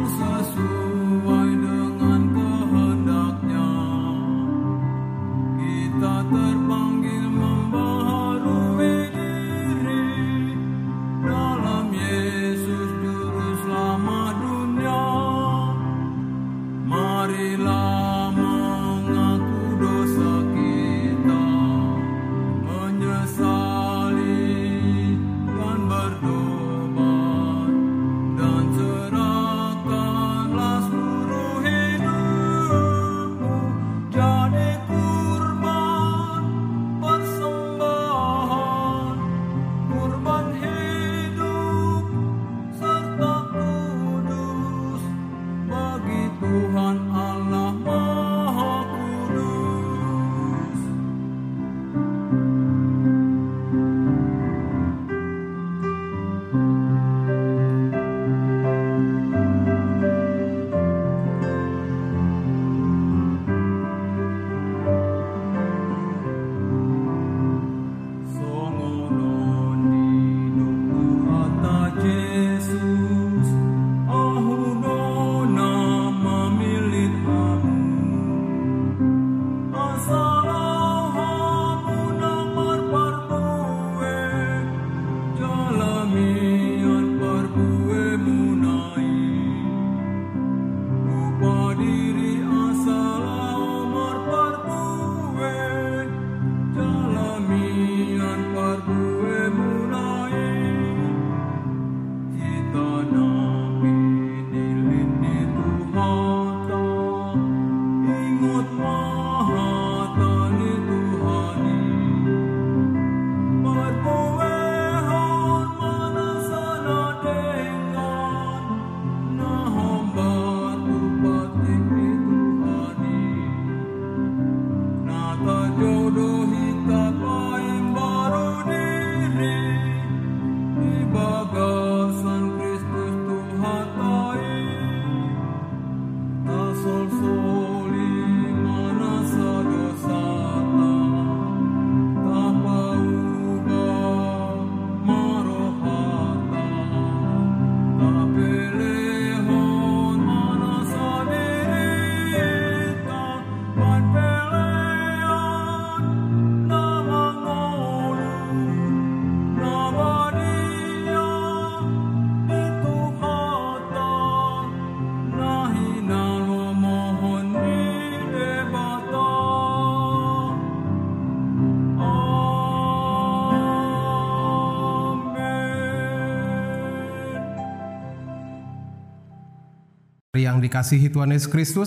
sesuai dengan kehendaknya. Kita terpanggil membaharui diri dalam Yesus Juru Selamat dunia. Marilah mengaku dosa kita, menyesali dan bertobat, dan serahkanlah seluruh hidupmu jadi kurban persembahan, kurban hidup serta kudus bagi Tuhan Allah Maha Kudus. Songonon hidupku hata Yesus, ahunona mamilit hamu. Asalau hamu namar parbue, jalamian parbue munai. Upah diri asalau mar parbue, jalamian parbue munai. Kita napi nilini Tuhata, ingat mahata ni Tuhani. Perbuehan mana sana dengan, nah hambar tupatik ni Tuhani. Nah terjodoh hita paling baru diri di bagasan Kristus Tuhatai. Tasol soli mana sadosata, tapaubah marohata, tapelehon mana sadirita, panpelean namangolun, nabadia itu hata, nahinal mohon ni debata. Amin. Yang dikasihi Tuhan Yesus Kristus,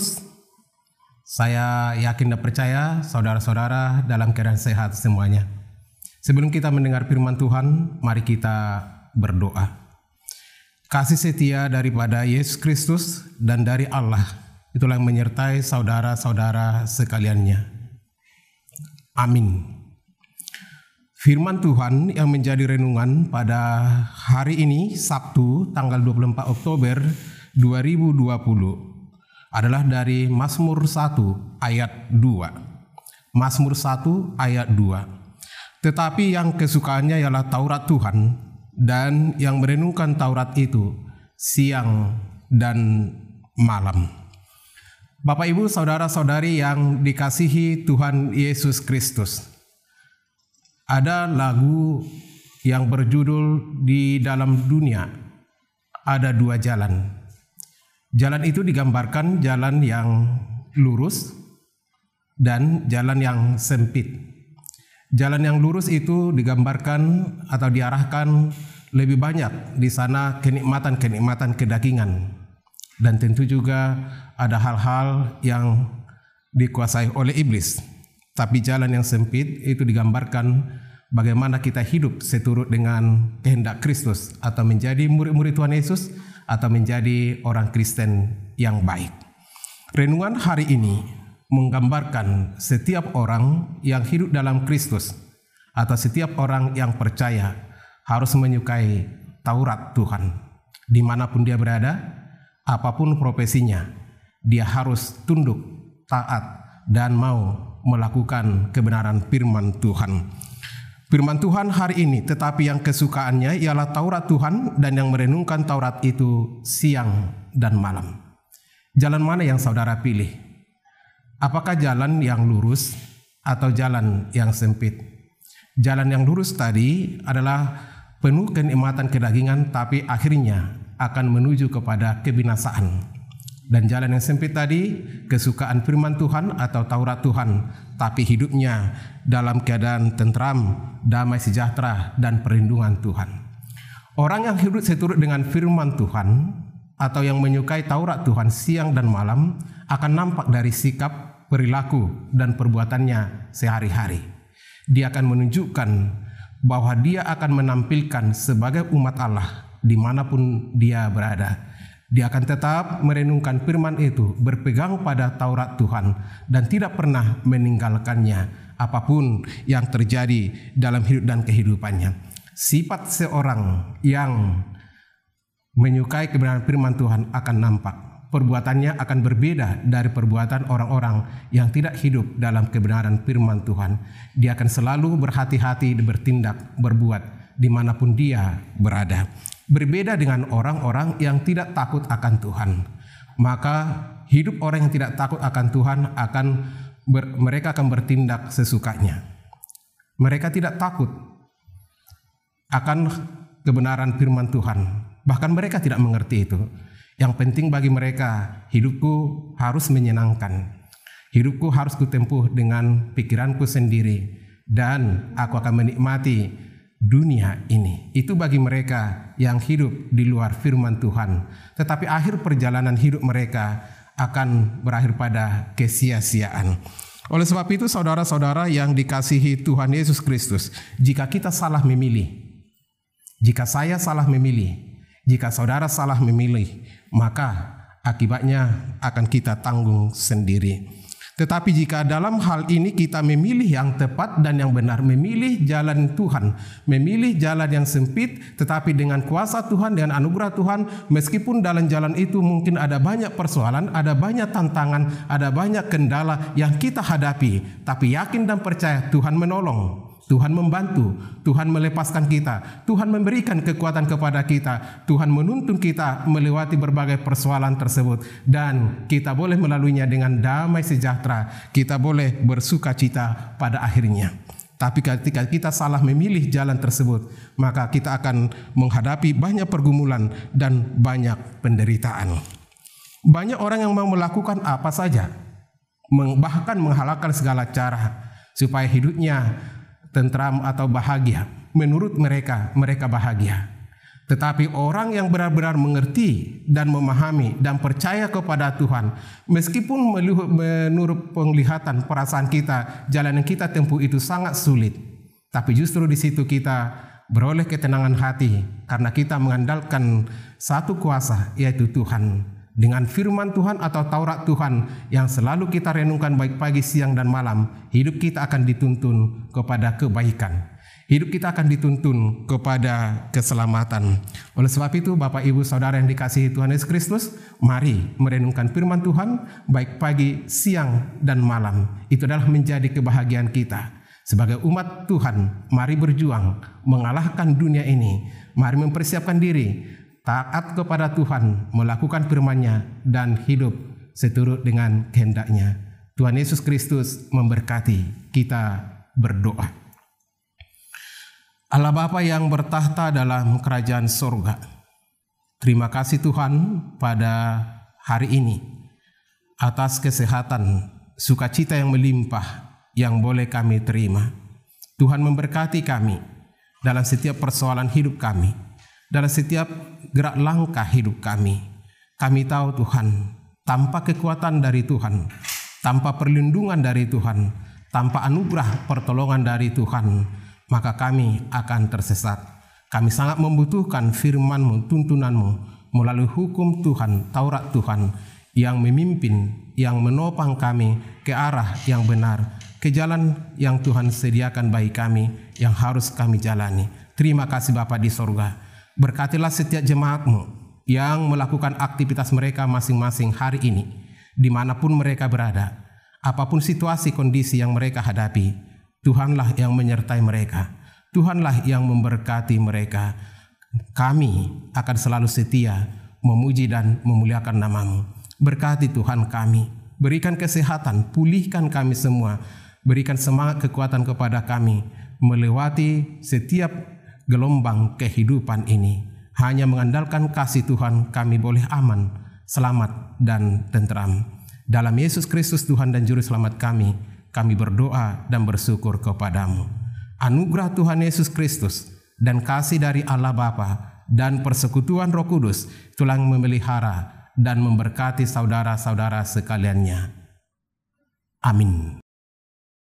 saya yakin dan percaya saudara-saudara dalam keadaan sehat semuanya. Sebelum kita mendengar firman Tuhan, mari kita berdoa. Kasih setia daripada Yesus Kristus dan dari Allah, itulah yang menyertai saudara-saudara sekaliannya. Amin. Firman Tuhan yang menjadi renungan pada hari ini, Sabtu, tanggal 24 Oktober 2020, adalah dari Mazmur 1 ayat 2. Mazmur 1 ayat 2. Tetapi yang kesukaannya ialah Taurat Tuhan, dan yang merenungkan Taurat itu siang dan malam. Bapak Ibu saudara-saudari yang dikasihi Tuhan Yesus Kristus, ada lagu yang berjudul Di Dalam Dunia Ada Dua Jalan. Jalan itu digambarkan jalan yang lurus dan jalan yang sempit. Jalan yang lurus itu digambarkan atau diarahkan lebih banyak di sana kenikmatan-kenikmatan kedagingan. Dan tentu juga ada hal-hal yang dikuasai oleh iblis. Tapi jalan yang sempit itu digambarkan bagaimana kita hidup seturut dengan kehendak Kristus, atau menjadi murid-murid Tuhan Yesus, atau menjadi orang Kristen yang baik. Renungan hari ini menggambarkan setiap orang yang hidup dalam Kristus, atau setiap orang yang percaya harus menyukai Taurat Tuhan. Dimanapun dia berada, apapun profesinya, dia harus tunduk, taat, dan mau melakukan kebenaran firman Tuhan. firman Tuhan hari ini, tetapi yang kesukaannya ialah Taurat Tuhan dan yang merenungkan Taurat itu siang dan malam. Jalan mana yang saudara pilih? Apakah jalan yang lurus atau jalan yang sempit? Jalan yang lurus tadi adalah penuh kenikmatan kedagingan, tapi akhirnya akan menuju kepada kebinasaan. Dan jalan yang sempit tadi, kesukaan firman Tuhan atau Taurat Tuhan, tapi hidupnya dalam keadaan tentram, damai sejahtera, dan perlindungan Tuhan. Orang yang hidup seturut dengan firman Tuhan atau yang menyukai Taurat Tuhan siang dan malam akan nampak dari sikap, perilaku, dan perbuatannya sehari-hari. Dia akan menunjukkan bahwa dia akan menampilkan sebagai umat Allah dimanapun dia berada. Dia akan tetap merenungkan firman itu, berpegang pada Taurat Tuhan, dan tidak pernah meninggalkannya apapun yang terjadi dalam hidup dan kehidupannya. Sifat seorang yang menyukai kebenaran firman Tuhan akan nampak. Perbuatannya akan berbeda dari perbuatan orang-orang yang tidak hidup dalam kebenaran firman Tuhan. Dia akan selalu berhati-hati bertindak, berbuat dimanapun dia berada. Berbeda dengan orang-orang yang tidak takut akan Tuhan. Maka hidup orang yang tidak takut akan Tuhan mereka akan bertindak sesukanya. Mereka tidak takut akan kebenaran firman Tuhan. Bahkan mereka tidak mengerti itu. Yang penting bagi mereka, hidupku harus menyenangkan. Hidupku harus kutempuh dengan pikiranku sendiri, dan aku akan menikmati dunia ini. Itu bagi mereka yang hidup di luar firman Tuhan. Tetapi akhir perjalanan hidup mereka akan berakhir pada kesia-siaan. Oleh sebab itu, saudara-saudara yang dikasihi Tuhan Yesus Kristus, jika kita salah memilih, jika saya salah memilih, jika saudara salah memilih, maka akibatnya akan kita tanggung sendiri. Tetapi jika dalam hal ini kita memilih yang tepat dan yang benar, memilih jalan Tuhan, memilih jalan yang sempit, tetapi dengan kuasa Tuhan, dengan anugerah Tuhan, meskipun dalam jalan itu mungkin ada banyak persoalan, ada banyak tantangan, ada banyak kendala yang kita hadapi, tapi yakin dan percaya Tuhan menolong. Tuhan membantu, Tuhan melepaskan kita, Tuhan memberikan kekuatan kepada kita, Tuhan menuntun kita melewati berbagai persoalan tersebut, dan kita boleh melaluinya dengan damai sejahtera, kita boleh bersuka cita pada akhirnya. Tapi ketika kita salah memilih jalan tersebut, maka kita akan menghadapi banyak pergumulan dan banyak penderitaan. Banyak orang yang mau melakukan apa saja, bahkan menghalalkan segala cara supaya hidupnya tentram atau bahagia. Menurut mereka, mereka bahagia. Tetapi orang yang benar-benar mengerti dan memahami dan percaya kepada Tuhan, meskipun menurut penglihatan perasaan kita, jalan yang kita tempuh itu sangat sulit, tapi justru di situ kita beroleh ketenangan hati karena kita mengandalkan satu kuasa, yaitu Tuhan. Dengan firman Tuhan atau Taurat Tuhan yang selalu kita renungkan baik pagi, siang, dan malam, hidup kita akan dituntun kepada kebaikan. Hidup kita akan dituntun kepada keselamatan. Oleh sebab itu, Bapak, Ibu, Saudara yang dikasihi Tuhan Yesus Kristus, mari merenungkan firman Tuhan baik pagi, siang, dan malam. Itu adalah menjadi kebahagiaan kita. Sebagai umat Tuhan, mari berjuang mengalahkan dunia ini. Mari mempersiapkan diri, taat kepada Tuhan, melakukan firman-Nya, dan hidup seturut dengan kehendak-Nya. Tuhan Yesus Kristus memberkati. Kita berdoa. Allah Bapa yang bertahta dalam kerajaan surga, terima kasih Tuhan pada hari ini atas kesehatan, sukacita yang melimpah yang boleh kami terima. Tuhan memberkati kami dalam setiap persoalan hidup kami, dalam setiap gerak langkah hidup kami. Kami tahu Tuhan, tanpa kekuatan dari Tuhan, tanpa perlindungan dari Tuhan, tanpa anugerah pertolongan dari Tuhan, maka kami akan tersesat. Kami sangat membutuhkan firman-Mu, tuntunan-Mu melalui hukum Tuhan, Taurat Tuhan yang memimpin, yang menopang kami ke arah yang benar, ke jalan yang Tuhan sediakan bagi kami, yang harus kami jalani. Terima kasih Bapa di sorga. Berkatilah setiap jemaat-Mu yang melakukan aktivitas mereka masing-masing hari ini, dimanapun mereka berada, apapun situasi kondisi yang mereka hadapi, Tuhanlah yang menyertai mereka. Tuhanlah yang memberkati mereka. Kami akan selalu setia memuji dan memuliakan nama-Mu. Berkati Tuhan kami, berikan kesehatan, pulihkan kami semua, berikan semangat kekuatan kepada kami melewati setiap gelombang kehidupan ini. Hanya mengandalkan kasih Tuhan kami boleh aman, selamat dan tentram. Dalam Yesus Kristus Tuhan dan Juru Selamat kami berdoa dan bersyukur kepada-Mu. Anugerah Tuhan Yesus Kristus dan kasih dari Allah Bapa dan persekutuan Roh Kudus telah memelihara dan memberkati saudara-saudara sekaliannya. Amin.